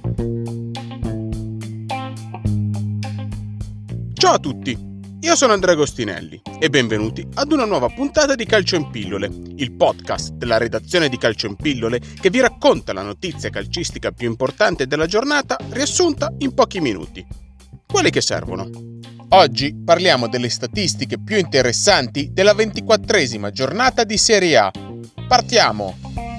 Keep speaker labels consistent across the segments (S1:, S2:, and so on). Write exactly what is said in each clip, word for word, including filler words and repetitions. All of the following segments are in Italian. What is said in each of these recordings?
S1: Ciao a tutti, io sono Andrea Agostinelli e benvenuti ad una nuova puntata di Calcio in Pillole, il podcast della redazione di Calcio in Pillole che vi racconta la notizia calcistica più importante della giornata riassunta in pochi minuti. Quelli che servono. Oggi parliamo delle statistiche più interessanti della ventiquattresima giornata di Serie A. Partiamo!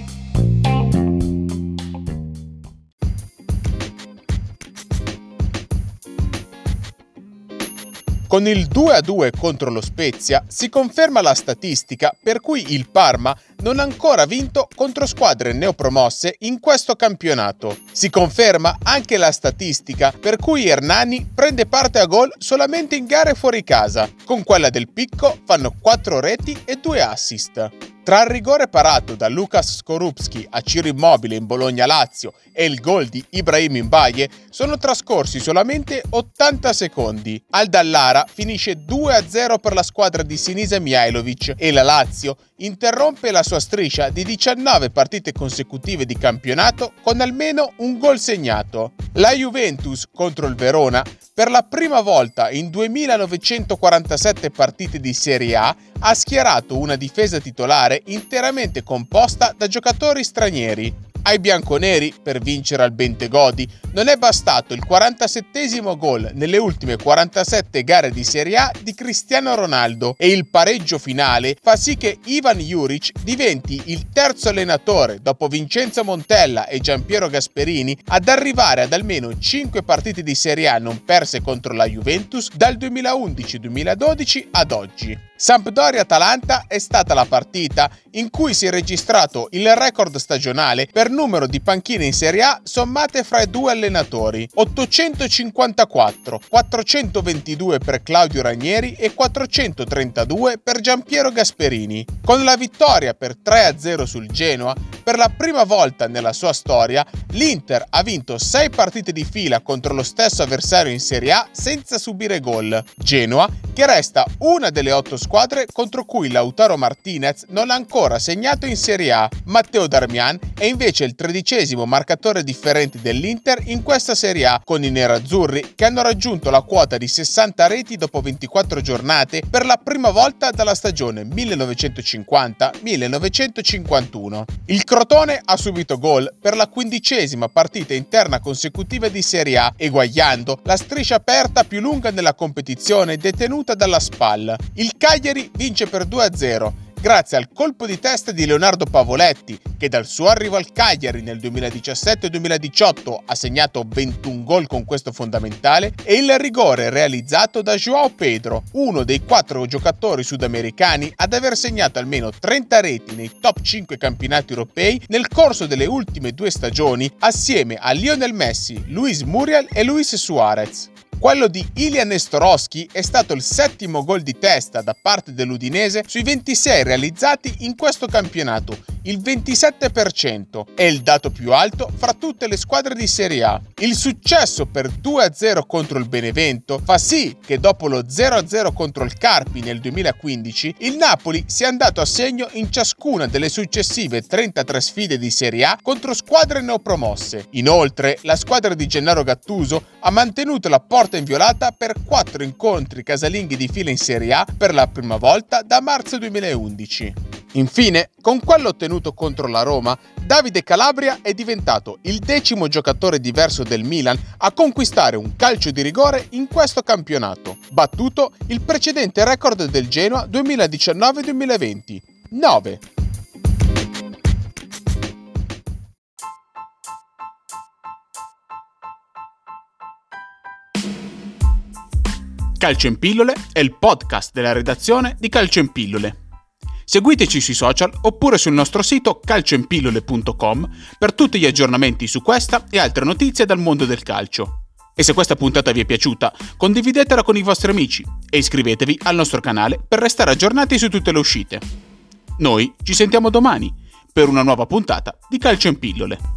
S1: Con il due a due contro lo Spezia si conferma la statistica per cui il Parma non ha ancora vinto contro squadre neopromosse in questo campionato. Si conferma anche la statistica per cui Hernani prende parte a gol solamente in gare fuori casa. Con quella del Picco fanno quattro reti e due assist. Tra il rigore parato da Lukas Skorupski a Ciro Immobile in Bologna-Lazio e il gol di Ibrahim Mbaye sono trascorsi solamente ottanta secondi. Al Dallara finisce due a zero per la squadra di Sinisa Mihajlovic e la Lazio interrompe la sua striscia di diciannove partite consecutive di campionato con almeno un gol segnato. La Juventus contro il Verona, per la prima volta in duemilanovecentoquarantasette partite di Serie A, ha schierato una difesa titolare interamente composta da giocatori stranieri. Ai bianconeri, per vincere al Bentegodi, non è bastato il quarantasettesimo gol nelle ultime quarantasette gare di Serie A di Cristiano Ronaldo e il pareggio finale fa sì che Ivan Juric diventi il terzo allenatore dopo Vincenzo Montella e Giampiero Gasperini ad arrivare ad almeno cinque partite di Serie A non perse contro la Juventus dal duemilaundici duemiladodici ad oggi. Sampdoria-Atalanta è stata la partita in cui si è registrato il record stagionale per numero di panchine in Serie A sommate fra i due allenatori, ottocentocinquantaquattro, quattrocentoventidue per Claudio Ranieri e quattrocentotrentadue per Giampiero Gasperini. Con la vittoria per tre a zero sul Genoa, per la prima volta nella sua storia, l'Inter ha vinto sei partite di fila contro lo stesso avversario in Serie A senza subire gol. Genoa, che resta una delle otto squadre contro cui Lautaro Martinez non ha ancora segnato in Serie A. Matteo Darmian è invece il tredicesimo marcatore differente dell'Inter in questa Serie A, con i nerazzurri che hanno raggiunto la quota di sessanta reti dopo ventiquattro giornate per la prima volta dalla stagione millenovecentocinquanta millenovecentocinquantuno. Il Crotone ha subito gol per la quindicesima partita interna consecutiva di Serie A, eguagliando la striscia aperta più lunga nella competizione detenuta dalla S P A L. Il Cagliari vince per due a zero. Grazie al colpo di testa di Leonardo Pavoletti, che dal suo arrivo al Cagliari nel duemiladiciassette duemiladiciotto ha segnato ventuno gol con questo fondamentale, e il rigore realizzato da João Pedro, uno dei quattro giocatori sudamericani ad aver segnato almeno trenta reti nei top cinque campionati europei nel corso delle ultime due stagioni, assieme a Lionel Messi, Luis Muriel e Luis Suarez. Quello di Ilya Nestorowski è stato il settimo gol di testa da parte dell'Udinese sui ventisei realizzati in questo campionato, il ventisette per cento, è il dato più alto fra tutte le squadre di Serie A. Il successo per due a zero contro il Benevento fa sì che dopo lo zero a zero contro il Carpi nel duemilaquindici, il Napoli sia andato a segno in ciascuna delle successive trentatré sfide di Serie A contro squadre neopromosse. Inoltre, la squadra di Gennaro Gattuso ha mantenuto la porta inviolata per quattro incontri casalinghi di fila in Serie A per la prima volta da marzo duemilaundici. Infine, con quello ottenuto contro la Roma, Davide Calabria è diventato il decimo giocatore diverso del Milan a conquistare un calcio di rigore in questo campionato, battuto il precedente record del Genoa duemiladiciannove duemilaventi, nove. Calcio in Pillole è il podcast della redazione di Calcio in Pillole. Seguiteci sui social oppure sul nostro sito calcioinpillole punto com per tutti gli aggiornamenti su questa e altre notizie dal mondo del calcio. E se questa puntata vi è piaciuta, condividetela con i vostri amici e iscrivetevi al nostro canale per restare aggiornati su tutte le uscite. Noi ci sentiamo domani per una nuova puntata di Calcio in Pillole.